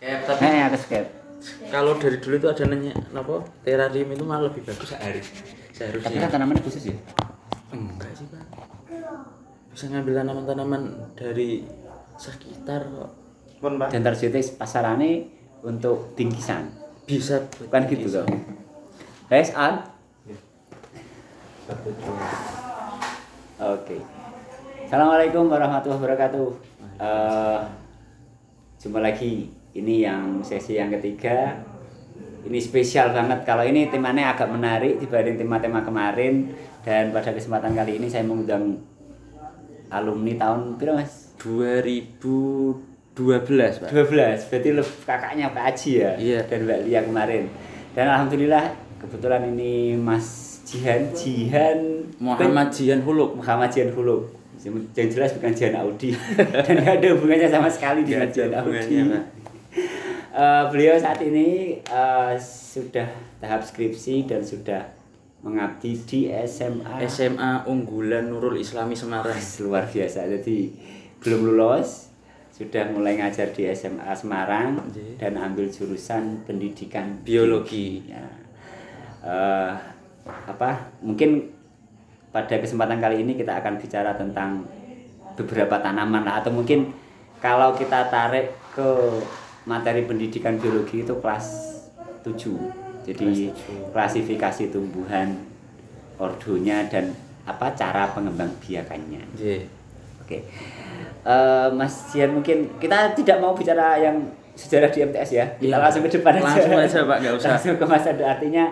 Tapi Aku skip. kalau dari dulu itu ada nanya apa terarium itu malah lebih bagus Tapi seharusnya. kan tanamannya khusus ya. Enggak sih Pak, bisa ngambil tanaman-tanaman dari sekitar kok. Pun Pak. Dan targetnya pasarane untuk bingkisan. Bisa Bukan gitu toh. Guys, on. Oke. Assalamualaikum warahmatullahi wabarakatuh. Jumpa lagi. Ini yang sesi yang ketiga. Ini spesial banget. Kalau ini temanya agak menarik dibanding tema-tema kemarin. Dan pada kesempatan kali ini saya mengundang alumni tahun berapa Mas? 2012 Pak. 12. Berarti kakaknya Pak Aji ya. Iya. Dan Mbak Lia kemarin. Dan alhamdulillah kebetulan ini Mas Muhammad Jihan Huluk. Yang jelas bukan Jihan Audi. Dan nggak ada hubungannya sama sekali dengan Jihan Audi. Beliau saat ini sudah tahap skripsi dan sudah mengabdi di SMA Unggulan Nurul Islami Semarang. Luar biasa. Jadi belum lulus sudah mulai ngajar di SMA Semarang dan ambil jurusan pendidikan Biologi. Ya. Mungkin pada kesempatan kali ini kita akan bicara tentang beberapa tanaman lah, atau mungkin kalau kita tarik ke materi pendidikan biologi itu kelas 7. Jadi klasifikasi tumbuhan, ordonya dan cara pengembangbiakannya. Oke. Mas Jian, mungkin kita tidak mau bicara yang sejarah di MTS ya. Kita langsung ke depan aja. Langsung aja Pak, enggak usah. Langsung ke masa depan. Artinya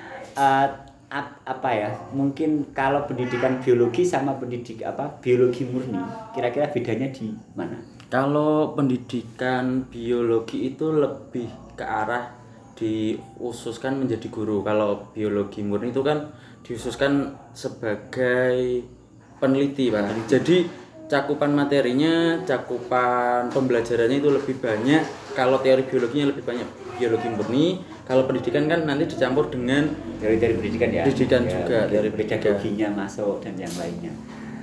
mungkin kalau pendidikan biologi sama biologi murni, kira-kira bedanya di mana? Kalau pendidikan biologi itu lebih ke arah diususkan menjadi guru. Kalau biologi murni itu kan diususkan sebagai peneliti Pak. Jadi cakupan materinya, cakupan pembelajarannya itu lebih banyak. Kalau teori biologinya lebih banyak biologi murni. Kalau pendidikan kan nanti dicampur dengan Teori pendidikan ya. Pendidikan juga, Teori pendidikan. pedagoginya masuk dan yang lainnya.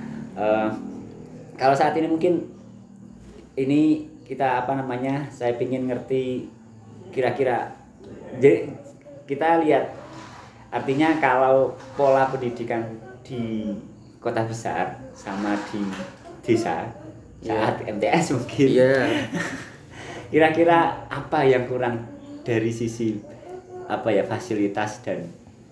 Kalau saat ini mungkin ini kita saya ingin ngerti kira-kira. Jadi kita lihat, artinya kalau pola pendidikan di kota besar sama di desa saat MTS mungkin. Kira-kira apa yang kurang dari sisi fasilitas dan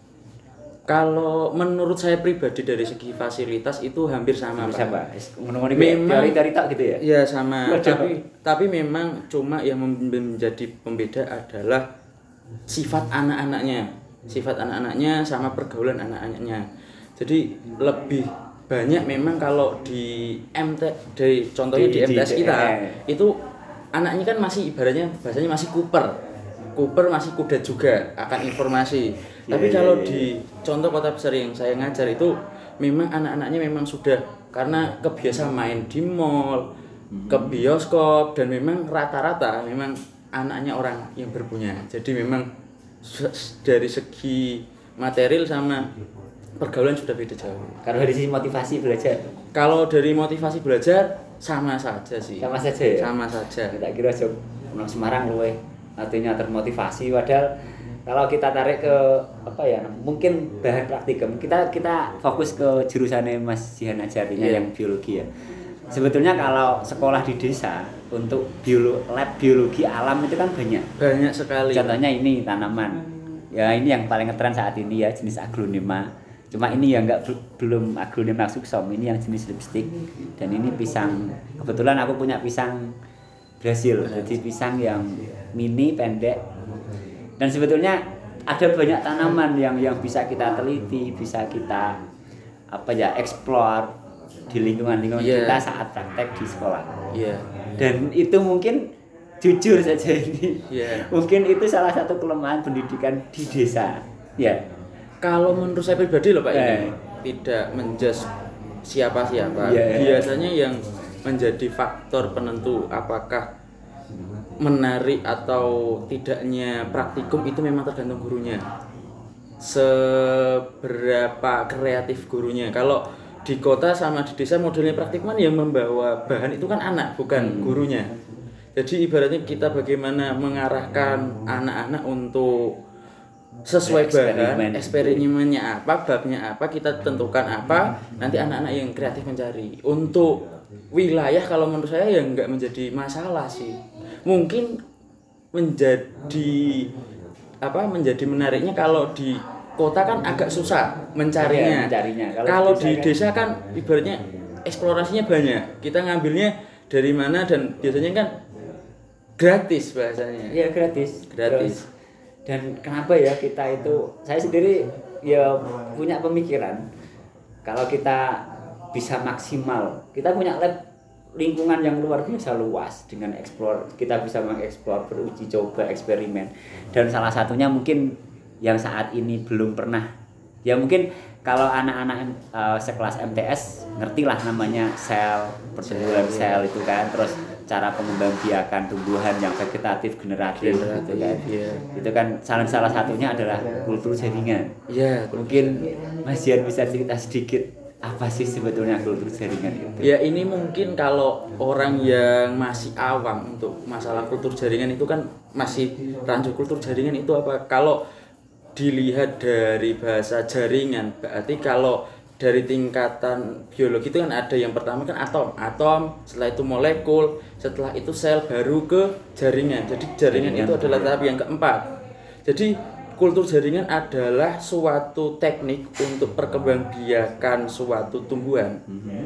kalau menurut saya pribadi dari segi fasilitas itu hampir sama Pak. Memang teori tok gitu ya? Iya sama. tapi memang cuma yang menjadi pembeda adalah sifat anak-anaknya. Sifat anak-anaknya sama pergaulan anak-anaknya. Jadi lebih banyak memang kalau di contohnya di MTS kita itu anaknya kan masih ibaratnya bahasanya masih Cooper masih kuda juga akan informasi. Tapi kalau di contoh kota besar yang saya ngajar itu memang anak-anaknya memang sudah karena kebiasaan main di mall, ke bioskop, dan memang rata-rata memang anaknya orang yang berpunya. Jadi memang dari segi material sama pergaulan sudah beda jauh. Kalau dari sisi motivasi belajar? Kalau dari motivasi belajar sama saja sih. Sama saja ya? Sama saja. Kita kira orang Semarang luweh artinya termotivasi, padahal kalau kita tarik ke mungkin bahan praktikum, kita fokus ke jurusannya Mas Jihan aja, artinya yang biologi ya. Sebetulnya kalau sekolah di desa untuk lab biologi alam itu kan banyak sekali. Contohnya ini tanaman ya, ini yang paling ngetren saat ini ya, jenis aglonema. Cuma ini yang belum aglonema succum, ini yang jenis lipstick. Dan ini pisang, kebetulan aku punya pisang Brasil, jadi pisang yang mini pendek. Dan sebetulnya ada banyak tanaman yang bisa kita teliti, bisa kita explore di lingkungan kita saat praktek di sekolah. Dan itu mungkin jujur saja ini, mungkin itu salah satu kelemahan pendidikan di desa. Kalau menurut saya pribadi loh Pak, ini tidak menjudge siapa-siapa. Biasanya yang menjadi faktor penentu apakah menarik atau tidaknya praktikum itu memang tergantung gurunya. Seberapa kreatif gurunya. Kalau di kota sama di desa modelnya praktikum yang membawa bahan itu kan anak, bukan gurunya. Jadi ibaratnya kita bagaimana mengarahkan anak-anak untuk sesuai bahan, eksperimennya apa, babnya apa, kita tentukan apa, nanti anak-anak yang kreatif mencari. Untuk wilayah kalau menurut saya ya nggak menjadi masalah sih. Mungkin menjadi menariknya kalau di kota kan agak susah mencarinya. Kalau di desa kan ibaratnya eksplorasinya banyak. Kita ngambilnya dari mana dan biasanya kan gratis bahasanya. Iya, gratis. Gratis. Dan kenapa ya kita itu, saya sendiri ya punya pemikiran kalau kita bisa maksimal, kita punya lab lingkungan yang luar biasa luas dengan eksplor, kita bisa mengeksplor, beruji coba, eksperimen. Dan salah satunya mungkin yang saat ini belum pernah, ya mungkin kalau anak-anak sekelas MTS ngertilah namanya sel, pertumbuhan sel itu kan, terus cara pengembangbiakan tumbuhan yang vegetatif generatif gitu kan. Iya. Itu kan salah satunya adalah kultur jaringan. Iya, Mungkin Mas Jian bisa cerita sedikit apa sih sebetulnya kultur jaringan itu? ya ini mungkin kalau orang yang masih awam untuk masalah kultur jaringan itu kan masih rancu kultur jaringan itu apa? Kalau dilihat dari bahasa jaringan, berarti kalau dari tingkatan biologi itu kan ada yang pertama kan atom, setelah itu molekul, setelah itu sel, baru ke jaringan. Jadi jaringan itu adalah tahap yang keempat. Jadi kultur jaringan adalah suatu teknik untuk perkembangbiakan suatu tumbuhan.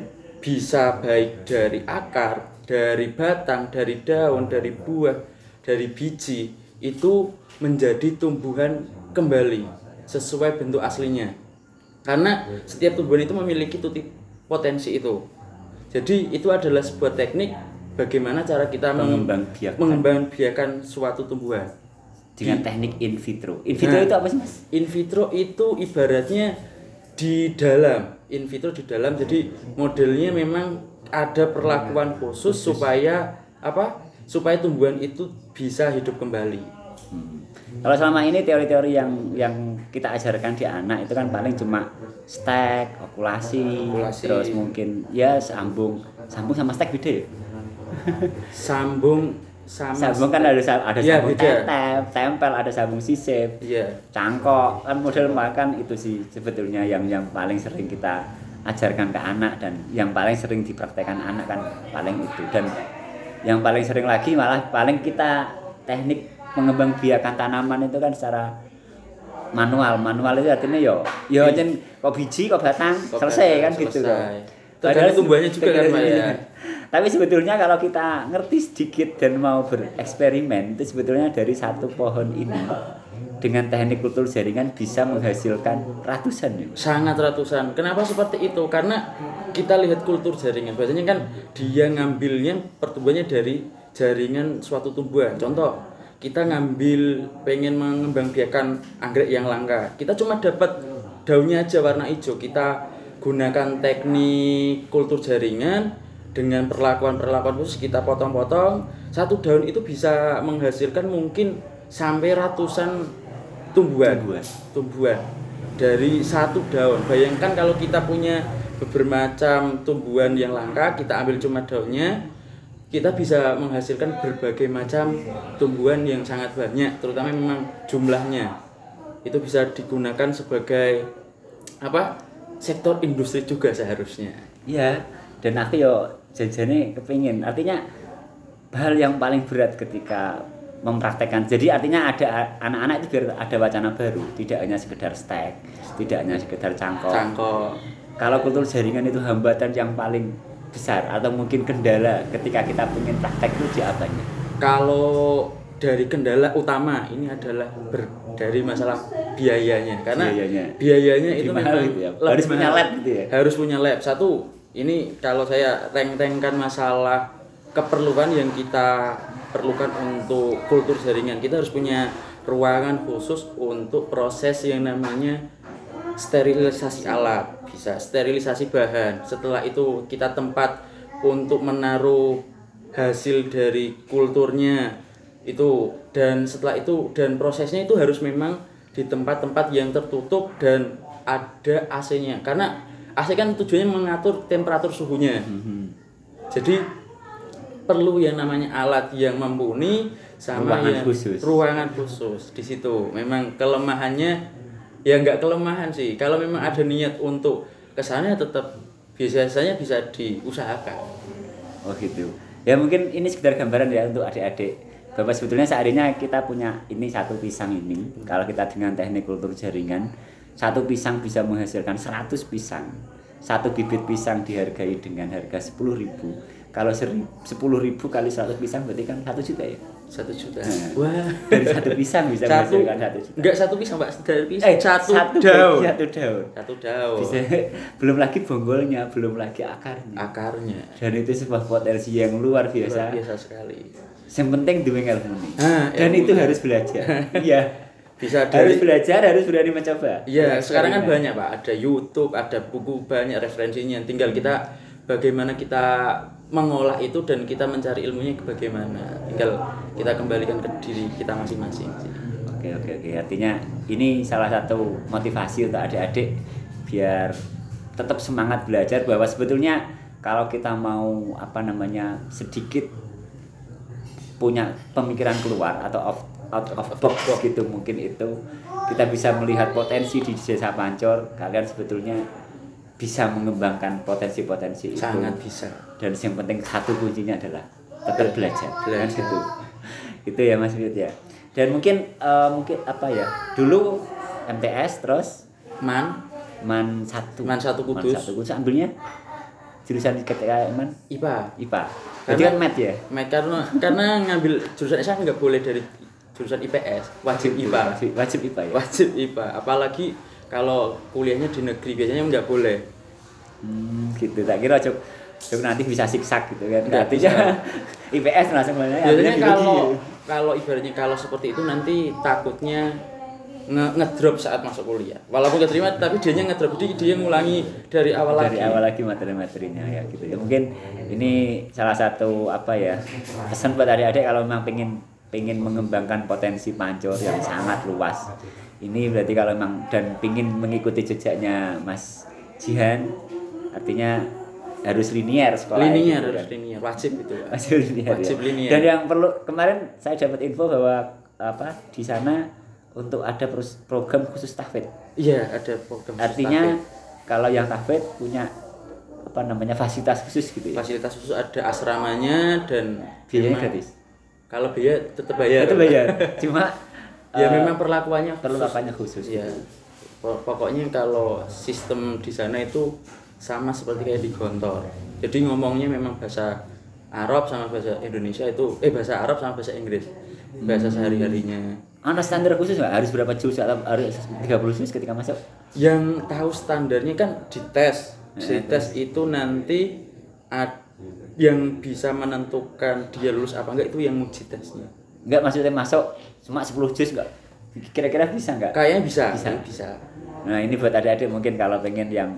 Bisa baik dari akar, dari batang, dari daun, dari buah, dari biji, itu menjadi tumbuhan kembali sesuai bentuk aslinya. Karena setiap tumbuhan itu memiliki potensi itu. Jadi itu adalah sebuah teknik bagaimana cara kita mengembangbiakan suatu tumbuhan dengan teknik in vitro. In vitro itu apa sih, Mas? In vitro itu ibaratnya di dalam. In vitro di dalam. Jadi modelnya memang ada perlakuan khusus supaya supaya tumbuhan itu bisa hidup kembali. Kalau selama ini teori-teori yang kita ajarkan di anak itu kan paling cuma stek, okulasi. Terus mungkin ya sambung sama stek beda ya. Sambung kan ada sambung tempel, ada sambung sisip, cangkok, kan model makan itu sih sebetulnya yang paling sering kita ajarkan ke anak dan yang paling sering dipraktekkan anak kan paling itu. Dan yang paling sering lagi malah paling kita teknik pengembangbiakan tanaman itu kan secara manual itu artinya kok biji kok batang selesai kan gitu kan. Padahal tumbuhannya juga kan Pak ya. Tapi sebetulnya kalau kita ngerti sedikit dan mau bereksperimen itu sebetulnya dari satu pohon ini dengan teknik kultur jaringan bisa menghasilkan ratusan ya. Sangat ratusan. Kenapa seperti itu? Karena kita lihat kultur jaringan. Biasanya kan dia ngambilnya pertumbuhannya dari jaringan suatu tumbuhan. Contoh, kita pengen mengembangbiakan anggrek yang langka. Kita cuma dapat daunnya aja warna hijau. Kita gunakan teknik kultur jaringan dengan perlakuan khusus, kita potong-potong. Satu daun itu bisa menghasilkan mungkin sampai ratusan tumbuhan dari satu daun. Bayangkan kalau kita punya bermacam tumbuhan yang langka, kita ambil cuma daunnya, kita bisa menghasilkan berbagai macam tumbuhan yang sangat banyak, terutama memang jumlahnya. Itu bisa digunakan sebagai sektor industri juga seharusnya. Iya, dan aku jajane kepingin. Artinya hal yang paling berat ketika mempraktekkan. Jadi artinya ada anak-anak itu biar ada wacana baru, tidak hanya sekedar stek, tidak hanya sekedar cangkok. Kalau kultur jaringan itu hambatan yang paling besar atau mungkin kendala ketika kita ingin praktek itu di apanya? Kalau dari kendala utama ini adalah dari masalah biayanya. Karena biayanya itu memang gitu ya. Harus punya lab gitu ya. Harus punya lab. Satu, ini kalau saya reng-rengkan masalah keperluan yang kita perlukan untuk kultur jaringan, kita harus punya ruangan khusus untuk proses yang namanya sterilisasi alat, bisa sterilisasi bahan. Setelah itu kita tempat untuk menaruh hasil dari kulturnya itu, dan setelah itu dan prosesnya itu harus memang di tempat-tempat yang tertutup dan ada AC-nya, karena AC kan tujuannya mengatur temperatur suhunya. Jadi perlu yang namanya alat yang mumpuni sama ruangan khusus di situ. Memang kelemahannya ya nggak kelemahan sih. Kalau memang ada niat untuk kesana tetap biasanya bisa diusahakan. Oh gitu. Ya mungkin ini sekedar gambaran ya untuk adik-adik. Bapak sebetulnya seandainya kita punya ini satu pisang ini, kalau kita dengan teknik kultur jaringan, satu pisang bisa menghasilkan 100 pisang. Satu bibit pisang dihargai dengan harga 10.000. Kalau 10.000 kali 100 pisang berarti kan 1 juta ya? 1 juta. Nah, wah, dari satu pisang bisa menghasilkan 1 juta. Enggak satu pisang, Pak. Dari pisang satu daun. Satu daun. Bisa, belum lagi bonggolnya, belum lagi akarnya. Dan itu sebuah potensi yang luar biasa. Luar biasa sekali. Yang penting duwe ilmu nih. Dan itu harus belajar. Iya. Bisa harus belajar, harus berani mencoba. Iya, sekarang kan banyak Pak, ada YouTube, ada buku banyak referensinya. Tinggal kita bagaimana kita mengolah itu dan kita mencari ilmunya bagaimana. Tinggal kita kembalikan ke diri kita masing-masing. Oke. Artinya ini salah satu motivasi untuk adik-adik biar tetap semangat belajar bahwa sebetulnya kalau kita mau sedikit punya pemikiran keluar atau out of box gitu, mungkin itu kita bisa melihat potensi di Desa Pancor. Kalian sebetulnya bisa mengembangkan potensi-potensi itu. Sangat bisa. Dan yang penting satu kuncinya adalah tetap belajar. Gitu. Itu ya Mas Fit ya. Dan mungkin dulu MTS terus Man 1 Kudus. Ambilnya jurusan ketika IPA. Jadi kan math ya? Math karena ngambil jurusan saya nggak boleh dari jurusan IPS, wajib IPA. Wajib IPA ya? Wajib IPA, apalagi kalau kuliahnya di negeri biasanya nggak boleh. Gitu, tak kira cuk nanti bisa siksak gitu kan. Artinya IPS langsung biasanya kalau ibaratnya kalau seperti itu nanti takutnya ngedrop saat masuk kuliah. Walaupun keterima tapi dianya ngedrop, jadi dia ngulangi dari awal lagi materi-materinya ya gitu ya. Mungkin ini salah satu pesan buat adik-adik kalau memang pengen mengembangkan potensi Pancor yang sangat luas. Ini berarti kalau memang dan pengen mengikuti jejaknya Mas Jihan, artinya harus linear sekolah. Linear, wajib itu. Wajib linear. Dan yang perlu, kemarin saya dapat info bahwa di sana untuk ada program khusus tahfidz. Iya, ada program khusus. Artinya kalau yang tahfidz punya fasilitas khusus gitu ya. Fasilitas khusus, ada asramanya dan biaya gratis. Kalau biaya tetap bayar. Cuma ya memang perlakuannya khusus. Ya. Pokoknya kalau sistem di sana itu sama seperti kayak di Gontor. Jadi ngomongnya memang bahasa Arab sama bahasa Indonesia itu bahasa Arab sama bahasa Inggris. Bahasa sehari-harinya. Ada standar khusus nggak? Harus berapa juz atau harus 30 juz ketika masuk? Yang tahu standarnya kan dites. Dites itu nanti yang bisa menentukan dia lulus apa enggak itu yang uji tesnya. Enggak, maksudnya masuk cuma 10 juz enggak? Kira-kira bisa enggak? Kayaknya bisa. Nah, ini buat adik-adik mungkin kalau pengen yang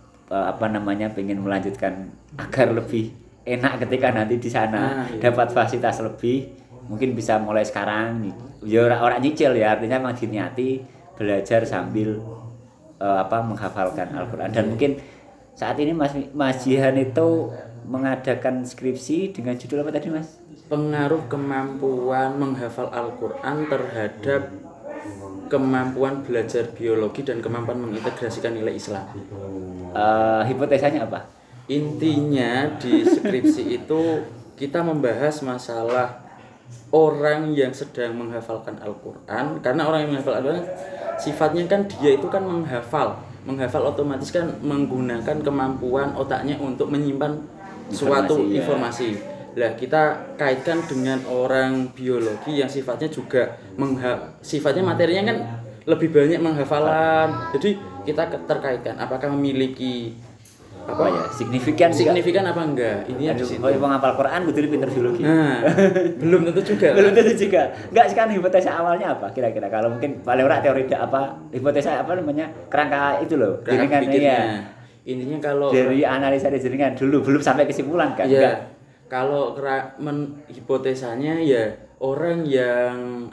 pengen melanjutkan agar lebih enak ketika nanti di sana dapat fasilitas lebih, mungkin bisa mulai sekarang. Ya orang nyicil ya, artinya memang diniati belajar sambil menghafalkan Al-Qur'an. Dan mungkin saat ini Mas Jihan itu mengadakan skripsi dengan judul apa tadi Mas? Pengaruh kemampuan menghafal Al-Qur'an terhadap kemampuan belajar biologi dan kemampuan mengintegrasikan nilai Islam. Hipotesanya apa? Intinya di skripsi itu kita membahas masalah orang yang sedang menghafalkan Al-Qur'an, karena orang yang menghafal Al-Qur'an sifatnya kan dia itu kan menghafal otomatis kan menggunakan kemampuan otaknya untuk menyimpan suatu informasi. Lah kita kaitkan dengan orang biologi yang sifatnya juga sifatnya materinya kan lebih banyak menghafalan. Jadi kita terkaitkan apakah memiliki signifikan apa enggak. Ini di situ. Kalau menghafal Quran kudu pinter biologi. Nah, belum tentu juga. Enggak, sekarang hipotesa awalnya apa kira-kira? Kalau mungkin paling ora teori hipotesa kerangka itu loh. Kerangka pikirnya. Intinya kalau dari analisa jaringan dulu belum sampai kesimpulan kan? Iya. Kalau hipotesanya ya orang yang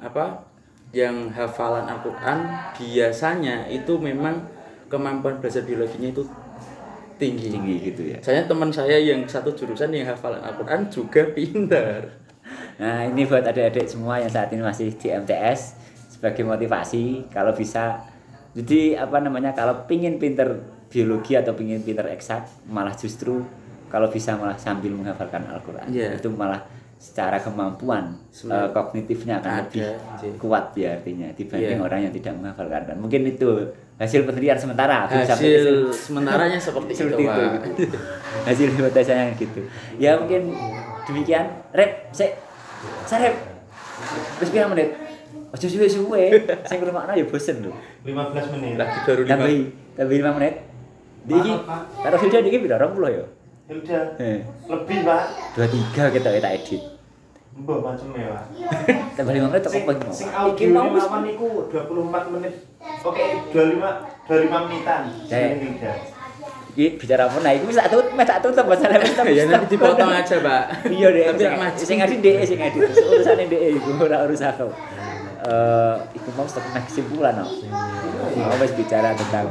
hafalan Al-Qur'an biasanya itu memang kemampuan belajar biologinya itu tinggi gitu ya. Saya teman saya yang satu jurusan yang hafalan Al-Quran juga pintar. Nah ini buat adik-adik semua yang saat ini masih di MTS sebagai motivasi kalau bisa. Jadi kalau pingin pinter biologi atau pingin pinter eksak malah justru kalau bisa malah sambil menghafalkan Al-Quran itu malah secara kemampuan kognitifnya akan lebih kuat ya artinya dibanding orang yang tidak menghafalkan. Dan mungkin itu hasil penelitian sementara. Hasil sementaranya seperti itu. Hasil hipotesanya gitu. Ya mungkin demikian. Rep, Rep. Terus berapa menit? Aja suwe-suwe. Sing ngrungokno ya bosen lho. 15 menit. Lagi baru 5. Tambah 5 menit. Iki karo Hilda iki piro 20 ya? Hilda. Lebih, Pak. 23 kita edit. Mbah maceme, Pak. Tambah 5 menit kok apa Sing audio rekaman niku 24 menit. Oke, 25 menitan. Hilda. Iki bicara apa? Nah, iku wis tak tutup masalah wis tak. Ya nanti dipotong aja, Pak. Iya deh. Tapi sing edit DE sing edit. Urusane DE iku ora urusan aku. Iku mau stop kesimpulan no. Mau wis bicara tentang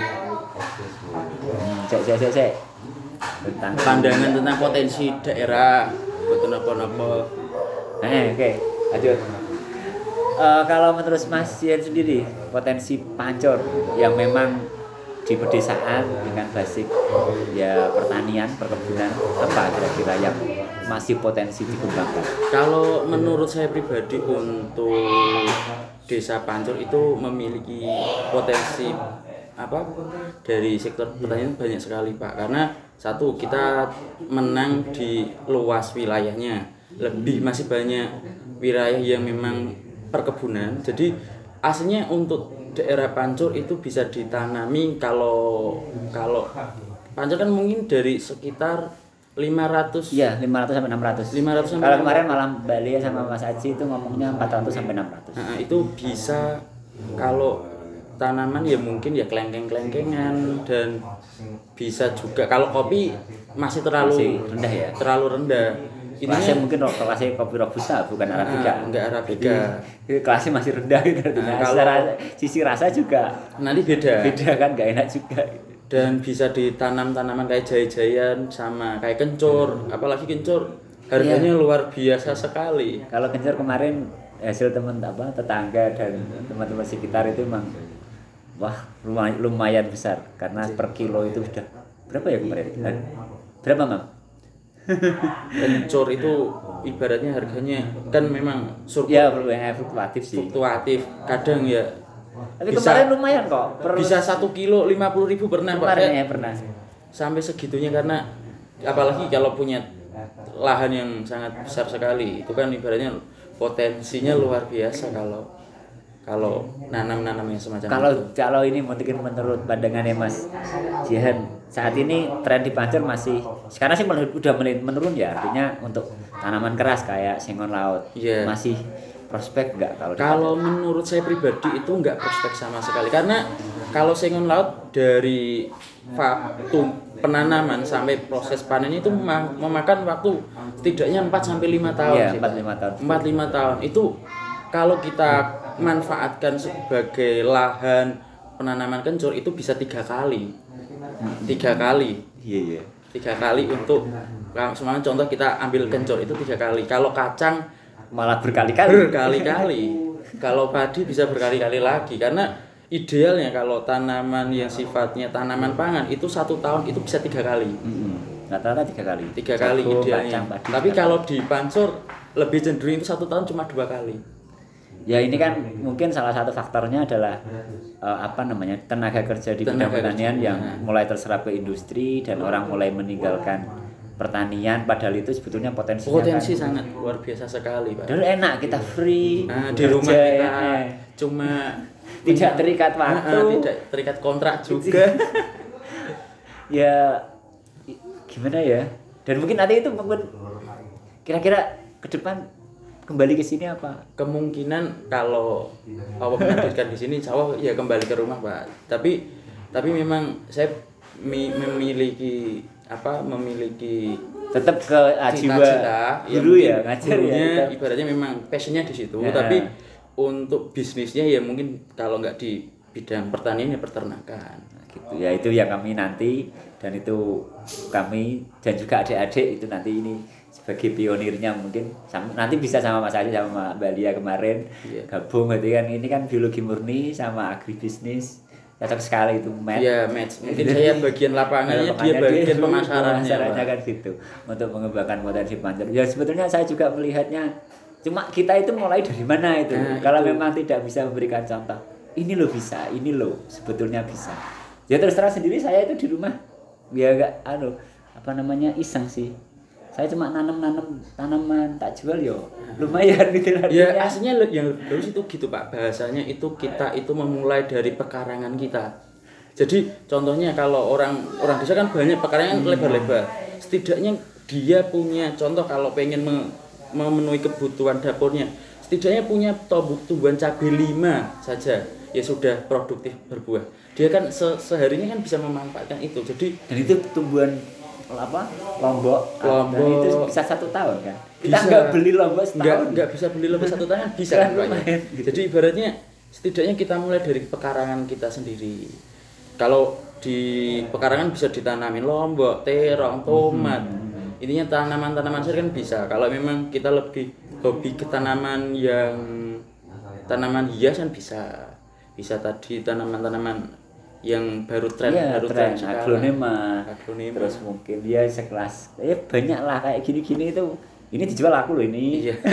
cek tentang pandangan tentang potensi daerah betul apa-apa. Oke, lanjut. Kalau menurut Mas Sian sendiri potensi Pancur yang memang di pedesaan dengan basic ya pertanian, perkebunan apa kira-kira yang masih potensi dikembangkan? Kalau menurut saya pribadi untuk Desa Pancur itu memiliki potensi dari sektor pertanian banyak sekali, Pak. Karena satu, kita menang di luas wilayahnya, masih banyak wilayah yang memang perkebunan. Jadi aslinya untuk daerah Pancur itu bisa ditanami kalau Pancur kan mungkin dari sekitar 500. Iya, 500 sampai 600. 500 sampai kalau kemarin malam Bali sama Mas Aji itu ngomongnya 400 sampai 600. Nah, itu bisa kalau tanaman ya mungkin ya kelengkeng-kelengkengan, dan bisa juga kalau kopi masih terlalu rendah ya. Terlalu rendah. Kelasnya mungkin kelasnya kopi robusta bukan arabica. Enggak arabica. Jadi kelasnya masih rendah gitu. Secara sisi rasa juga nanti beda kan, nggak enak juga. Dan bisa ditanam tanaman kayak jaya-jayan sama kayak kencur, apalagi kencur harganya luar biasa sekali. Kalau kencur kemarin hasil tetangga dan teman-teman sekitar itu memang lumayan besar karena per kilo itu sudah berapa ya kemarin? Berapa, Mam? Kencur itu ibaratnya harganya kan memang fluktuatif sih. Fluktuatif, kadang ya. Tapi kemarin lumayan kok. Bisa 1 kilo 50.000 pernah, Pak. Pernah. Sampai segitunya karena apalagi kalau punya lahan yang sangat besar sekali, itu kan ibaratnya potensinya luar biasa kalau nanam-nanam yang semacam itu. Kalau ini mungkin menurut pandangannya Mas Jihan, saat ini tren di Pancur masih sekarang sih udah menurun ya, artinya untuk tanaman keras kayak sengon laut masih prospek nggak kalau menurut saya pribadi itu nggak prospek sama sekali, karena kalau sengon laut dari waktu penanaman sampai proses panen itu memakan waktu setidaknya 4 sampai 5 tahun. Iya, 4-5 tahun. 4-5 tahun. Itu kalau kita manfaatkan sebagai lahan penanaman kencur itu bisa 3 kali. 3 kali. Iya. 3 kali untuk semuanya, contoh kita ambil kencur itu 3 kali. Kalau kacang malah berkali-kali. Kalau padi bisa berkali-kali lagi, karena idealnya kalau tanaman yang sifatnya tanaman pangan itu 1 tahun itu bisa 3 kali. Rata-rata 3 kali. 3 kali idealnya. Tapi kalau di Pancur lebih cenderung itu 1 tahun cuma 2 kali. Ya ini kan mungkin salah satu faktornya adalah tenaga kerja di bidang pertanian yang mulai terserap ke industri dan orang mulai meninggalkan pertanian, padahal itu sebetulnya potensi sangat luar biasa sekali, Pak. Dulu enak kita free di rumah kita cuma tidak terikat waktu, tidak terikat kontrak juga. Ya gimana ya? Dan mungkin nanti itu kira-kira ke depan kembali ke sini apa? Kemungkinan kalau Allah menakdirkan di sini, insya Allah ya kembali ke rumah, Pak. Tapi memang saya memiliki tetap ke jiwa dulu ya ngajar ya. Ibaratnya memang passionnya di situ, tapi untuk bisnisnya ya mungkin kalau nggak di bidang pertanian ya peternakan. Nah, gitu ya, itu yang kami nanti, dan itu kami dan juga adik-adik itu nanti ini sebagai pionirnya mungkin nanti bisa sama Mas Ali sama Mbak Lia kemarin gabung gitu kan. Ini kan biologi murni sama agribisnis, cocok sekali itu match. Iya, match. Mungkin saya bagian lapangannya, dia bagian pemasarannya kan gitu untuk mengembangkan potensi pancur. Ya sebetulnya saya juga melihatnya, cuma kita itu mulai dari mana itu. Kalau memang tidak bisa memberikan contoh, ini loh bisa, ini loh sebetulnya bisa. Ya terus terang sendiri saya itu di rumah ya agak iseng sih. Saya cuma nanam tanaman tak jual yo lumayan gitu artinya. Ya aslinya yang terus itu gitu Pak, bahasanya itu kita itu memulai dari pekarangan kita. Jadi contohnya kalau orang desa kan banyak pekarangan lebar-lebar, setidaknya dia punya contoh kalau pengen memenuhi kebutuhan dapurnya, setidaknya punya tumbuhan cabai 5 saja ya sudah produktif berbuah. Dia kan seharinya kan bisa memanfaatkan itu. Jadi dan itu tumbuhan lombok dan itu bisa 1 tahun kan. Kita bisa, nggak beli lombok setahun. Nggak bisa beli lombok 1 tahun bisa kan Pak. Jadi ibaratnya setidaknya kita mulai dari pekarangan kita sendiri. Kalau di pekarangan bisa ditanamin lombok, terong, tomat. Intinya tanaman-tanaman sayur kan bisa. Kalau memang kita lebih hobi ke tanaman hias kan bisa. Bisa tadi tanaman-tanaman yang baru tren aglonema. Terus mungkin dia sekelas banyak lah kayak gini-gini itu. Ini dijual aku loh ini. Iya.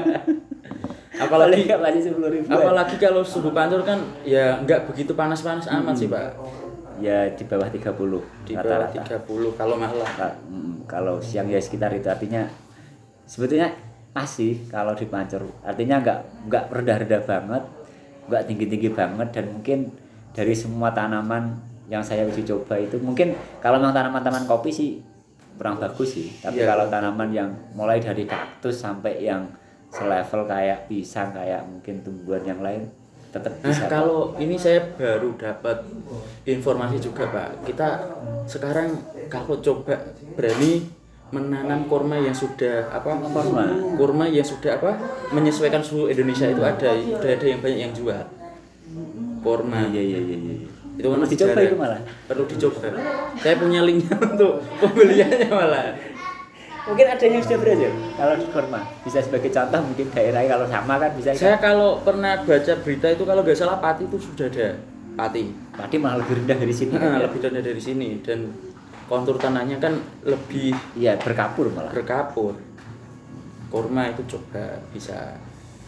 apalagi masih 10.000. Apalagi kalau suhu pancur kan ya nggak begitu panas-panas amat sih Pak. Ya di bawah 30. Di bawah 30 kalau malam. Kalau siang ya sekitar itu, artinya sebetulnya masih kalau di pancur artinya nggak rendah-rendah banget, nggak tinggi-tinggi banget, dan mungkin dari semua tanaman yang saya uji coba itu mungkin kalau memang tanaman-tanaman kopi sih kurang bagus sih, tapi kalau tanaman yang mulai dari kaktus sampai yang selevel kayak pisang, kayak mungkin tumbuhan yang lain tetap bisa. Kalau ini saya baru dapat informasi juga Pak, kita sekarang kalau coba berani menanam kurma yang sudah kurma yang sudah menyesuaikan suhu Indonesia itu ada yang banyak yang jual kurma. Iya. Itu kan dicoba itu malah. Perlu dicoba. Saya punya linknya untuk pembeliannya malah. Mungkin ada yang sudah berhasil kalau di kurma. Bisa sebagai contoh mungkin daerahnya kalau sama kan bisa. Saya kalau pernah baca berita itu kalau nggak salah Pati itu sudah ada. Pati malah lebih rendah dari sini. Lebih rendah dari sini dan kontur tanahnya kan lebih berkapur malah. Berkapur. Kurma itu coba bisa.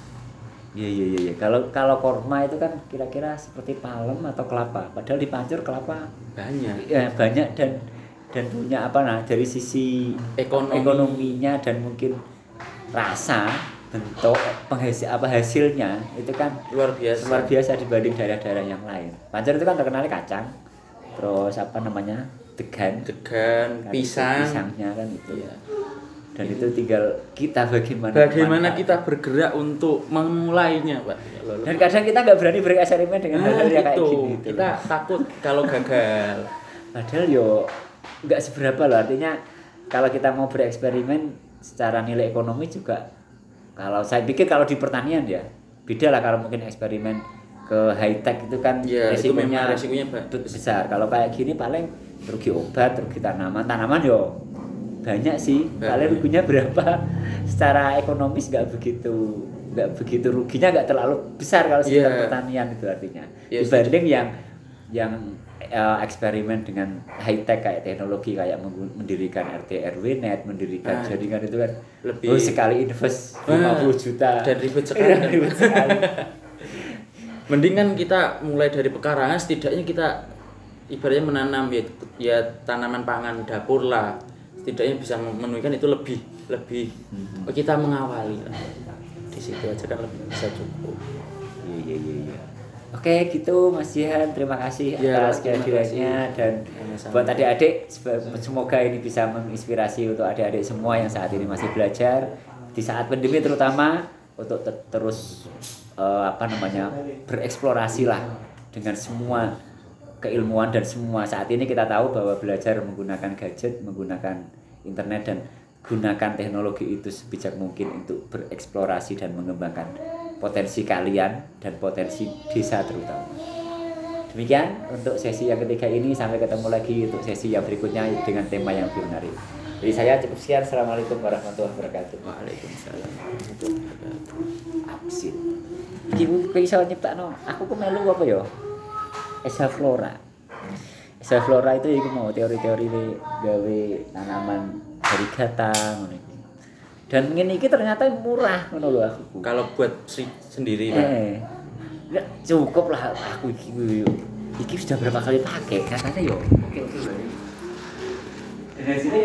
Iya. Kalau kurma itu kan kira-kira seperti palem atau kelapa. Padahal di pancur kelapa banyak. Ya, banyak dan punya dari sisi ekonominya dan mungkin rasa, bentuk, hasilnya itu kan luar biasa dibanding daerah-daerah yang lain. Pancur itu kan terkenal kacang. Terus degan, pisangnya kan itu. Iya. Dan itu tinggal kita bagaimana kita bergerak untuk memulainya Pak. Dan kadang kita nggak berani bereksperimen dengan hal-hal yang kayak gini. Kita takut kalau gagal. Padahal nggak seberapa loh, artinya kalau kita mau bereksperimen secara nilai ekonomi juga, kalau saya pikir kalau di pertanian ya beda lah. Kalau mungkin eksperimen ke high tech itu kan resikonya besar. Kalau kayak gini paling rugi obat, rugi tanaman banyak sih. Paling ruginya berapa secara ekonomis nggak begitu ruginya, nggak terlalu besar kalau sekitar pertanian itu artinya dibanding yang eksperimen dengan high tech kayak teknologi kayak mendirikan RT RW net, mendirikan jaringan itu kan lebih sekali invest 50 juta dan ribet sekali. Mending kan kita mulai dari pekarangan, setidaknya kita ibaratnya menanam ya tanaman pangan dapur lah, setidaknya bisa memenuhikan itu lebih kita mengawali lah. Di situ aja kan lebih bisa cukup. Iya. Oke gitu Mas Jihan, terima kasih atas kehadirannya, dan buat adik-adik semoga ini bisa menginspirasi untuk adik-adik semua yang saat ini masih belajar di saat pandemi, terutama untuk terus bereksplorasi lah dengan semua keilmuan dan semua. Saat ini kita tahu bahwa belajar menggunakan gadget, menggunakan internet, dan gunakan teknologi itu sebijak mungkin untuk bereksplorasi dan mengembangkan potensi kalian dan potensi desa terutama. Demikian untuk sesi yang ketiga ini, sampai ketemu lagi untuk sesi yang berikutnya dengan tema yang lebih menarik. Jadi saya cukup sekian. Assalamualaikum warahmatullahi wabarakatuh. Waalaikumsalam warahmatullahi wabarakatuh. Absin. Iki ku iso nyiptakno. Aku ku melu apa ya? Esa Flora. Esa Flora itu iku mau teori-teori gawe tanaman dari gata ngono iki. Dan ngene iki ternyata murah ngono lho aku. Kalau buat sendiri Pak. Ya cukup lah aku iki sudah berapa kali pakai katanya yo. Oke. Dari sini